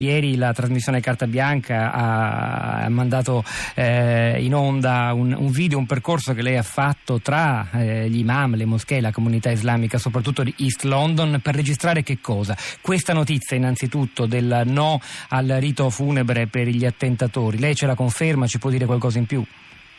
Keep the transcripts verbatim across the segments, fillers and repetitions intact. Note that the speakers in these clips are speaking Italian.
Ieri la trasmissione Carta Bianca ha mandato eh, in onda un, un video, un percorso che lei ha fatto tra eh, gli imam, le moschee, la comunità islamica, soprattutto di East London, per registrare che cosa? Questa notizia innanzitutto del no al rito funebre per gli attentatori. Lei ce la conferma? Ci può dire qualcosa in più?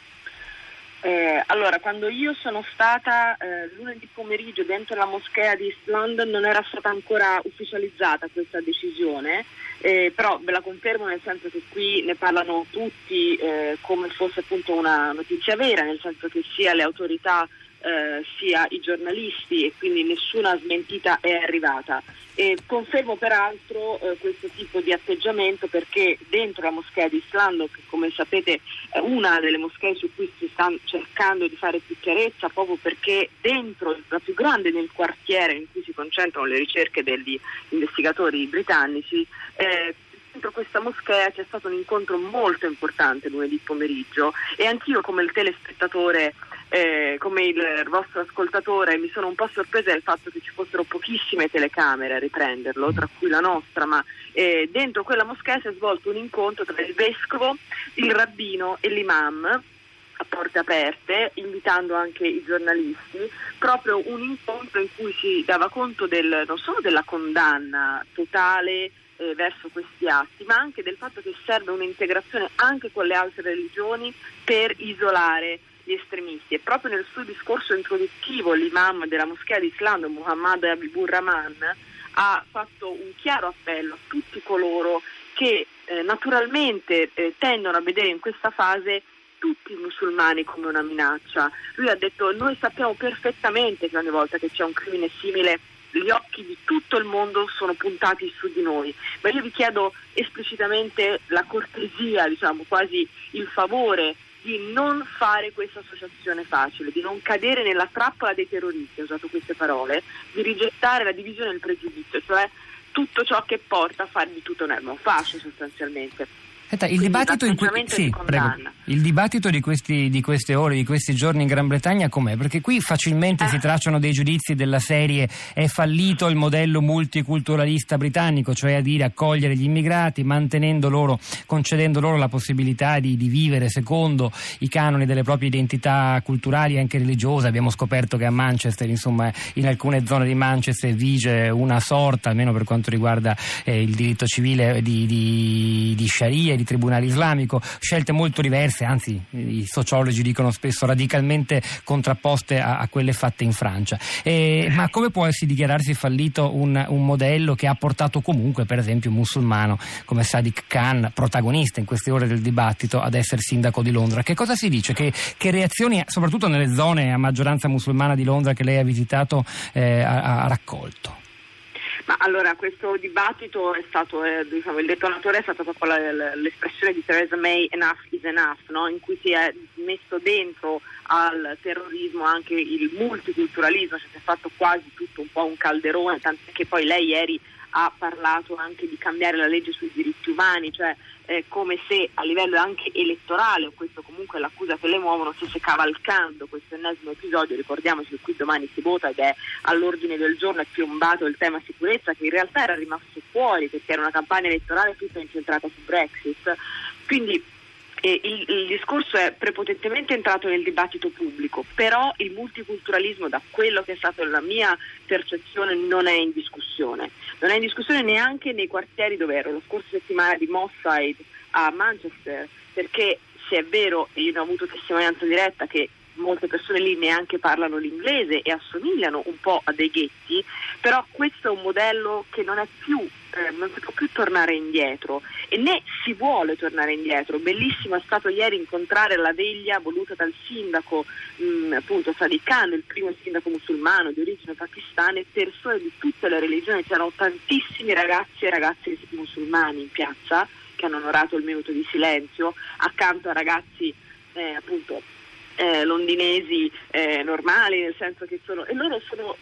Eh, allora, quando io sono stata eh, lunedì pomeriggio dentro la moschea di East London non era stata ancora ufficializzata questa decisione, eh, però ve la confermo, nel senso che qui ne parlano tutti eh, come fosse appunto una notizia vera, nel senso che sia le autorità eh, sia i giornalisti, e quindi nessuna smentita è arrivata. E confermo peraltro eh, questo tipo di atteggiamento perché dentro la moschea di East London, che come sapete è una delle moschee su cui si sta cercando di fare più chiarezza, proprio perché dentro la più grande nel quartiere in cui si concentrano le ricerche degli investigatori britannici, eh, dentro questa moschea c'è stato un incontro molto importante lunedì pomeriggio, e anch'io come il telespettatore, eh, come il vostro ascoltatore, mi sono un po' sorpresa del fatto che ci fossero pochissime telecamere a riprenderlo, tra cui la nostra, ma eh, dentro quella moschea si è svolto un incontro tra il vescovo, il rabbino e l'imam a porte aperte, invitando anche i giornalisti, proprio un incontro in cui si dava conto del, non solo della condanna totale eh, verso questi atti, ma anche del fatto che serve un'integrazione anche con le altre religioni per isolare gli estremisti. E proprio nel suo discorso introduttivo l'imam della moschea di East London, Muhammad Habibur Rahman, ha fatto un chiaro appello a tutti coloro che eh, naturalmente eh, tendono a vedere in questa fase tutti i musulmani come una minaccia. Lui ha detto: noi sappiamo perfettamente che ogni volta che c'è un crimine simile gli occhi di tutto il mondo sono puntati su di noi, ma io vi chiedo esplicitamente la cortesia, diciamo quasi il favore, di non fare questa associazione facile, di non cadere nella trappola dei terroristi, ho usato queste parole, di rigettare la divisione e il pregiudizio, cioè tutto ciò che porta a fare di tutto un ermo fascio sostanzialmente. Senta, il dibattito, in que- sì, prego. il dibattito di, questi, di queste ore, di questi giorni in Gran Bretagna com'è? Perché qui facilmente eh. si tracciano dei giudizi della serie: è fallito il modello multiculturalista britannico, cioè a dire accogliere gli immigrati, mantenendo loro, concedendo loro la possibilità di, di vivere secondo i canoni delle proprie identità culturali e anche religiose. Abbiamo scoperto che a Manchester, insomma, in alcune zone di Manchester vige una sorta, almeno per quanto riguarda eh, il diritto civile, di, di, di Sharia, di tribunale islamico, scelte molto diverse, anzi i sociologi dicono spesso radicalmente contrapposte a, a quelle fatte in Francia. E, ma come può essi dichiararsi fallito un, un modello che ha portato comunque, per esempio, un musulmano come Sadiq Khan, protagonista in queste ore del dibattito, ad essere sindaco di Londra? Che cosa si dice? Che, che reazioni, soprattutto nelle zone a maggioranza musulmana di Londra che lei ha visitato, eh, ha, ha raccolto? Ma allora, questo dibattito è stato, eh, diciamo, il detonatore è stata proprio la, l'espressione di Theresa May, enough is enough, no? In cui si è messo dentro al terrorismo anche il multiculturalismo, cioè si è fatto quasi tutto un po' un calderone, tanto che poi lei ieri ha parlato anche di cambiare la legge sui diritti umani, cioè eh, come se a livello anche elettorale, o questo comunque è l'accusa che le muovono, stesse cavalcando questo ennesimo episodio. Ricordiamoci che qui domani si vota ed è all'ordine del giorno, è piombato il tema sicurezza, che in realtà era rimasto fuori perché era una campagna elettorale tutta incentrata su Brexit. Quindi E il, il discorso è prepotentemente entrato nel dibattito pubblico, però il multiculturalismo, da quello che è stata la mia percezione, non è in discussione. Non è in discussione neanche nei quartieri dove ero la scorsa settimana di Moss Side a Manchester, perché se è vero, e io ne ho avuto testimonianza diretta, che molte persone lì neanche parlano l'inglese e assomigliano un po' a dei ghetti, però questo è un modello che non è più eh, non si può più tornare indietro, e né si vuole tornare indietro. Bellissimo è stato ieri incontrare la veglia voluta dal sindaco mh, appunto Sadiq Khan, il primo sindaco musulmano di origine pakistana, e persone di tutte le religioni. C'erano tantissimi ragazzi e ragazze musulmani in piazza che hanno onorato il minuto di silenzio accanto a ragazzi eh, appunto Eh, londinesi eh, normali, nel senso che sono, e loro sono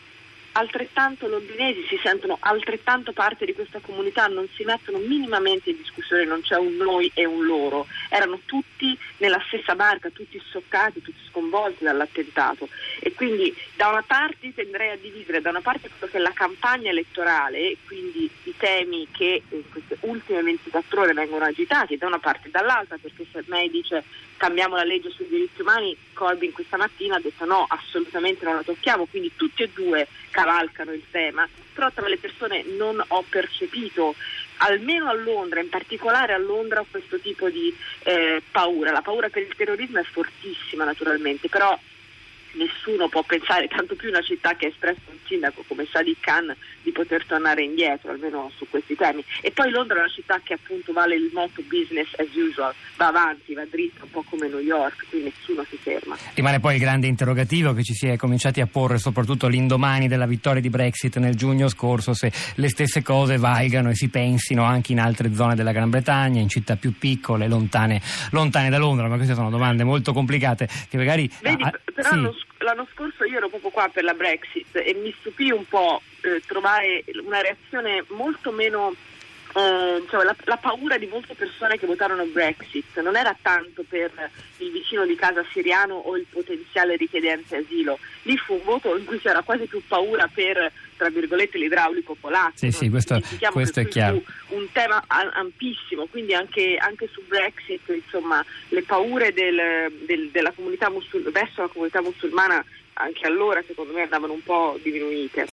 altrettanto londinesi, si sentono altrettanto parte di questa comunità, non si mettono minimamente in discussione, non c'è un noi e un loro, erano tutti nella stessa barca, tutti scioccati, tutti sconvolti dall'attentato, e quindi da una parte tenderei a dividere, da una parte quello che è la campagna elettorale, quindi i temi che in queste ultime ventiquattro ore vengono agitati, da una parte e dall'altra, perché se May dice cambiamo la legge sui diritti umani, Corbyn questa mattina ha detto no, assolutamente non la tocchiamo, quindi tutti e due cavalcano il tema, però tra le persone non ho percepito, almeno a Londra, in particolare a Londra, questo tipo di eh, paura. La paura per il terrorismo è fortissima naturalmente, però nessuno può pensare, tanto più una città che ha espresso un sindaco come Sadiq Khan, di poter tornare indietro, almeno su questi temi. E poi Londra è una città che appunto vale il motto business as usual, va avanti, va dritta, un po' come New York, qui nessuno si ferma. Rimane poi il grande interrogativo che ci si è cominciati a porre, soprattutto l'indomani della vittoria di Brexit nel giugno scorso, se le stesse cose valgano e si pensino anche in altre zone della Gran Bretagna, in città più piccole, lontane, lontane da Londra, ma queste sono domande molto complicate che magari... Vedi, ah, però sì. l'anno, l'anno scorso io ero proprio qua per la Brexit e mi stupì un po' eh, trovare una reazione molto meno... Eh, cioè la, la paura di molte persone che votarono Brexit non era tanto per il vicino di casa siriano o il potenziale richiedente asilo, lì fu un voto in cui c'era quasi più paura per, tra virgolette, l'idraulico polacco. Sì, sì, questo, questo è chiaro. Fu un tema ampissimo, quindi anche, anche su Brexit, insomma, le paure del, del, della comunità musul- verso la comunità musulmana anche allora secondo me andavano un po' diminuite.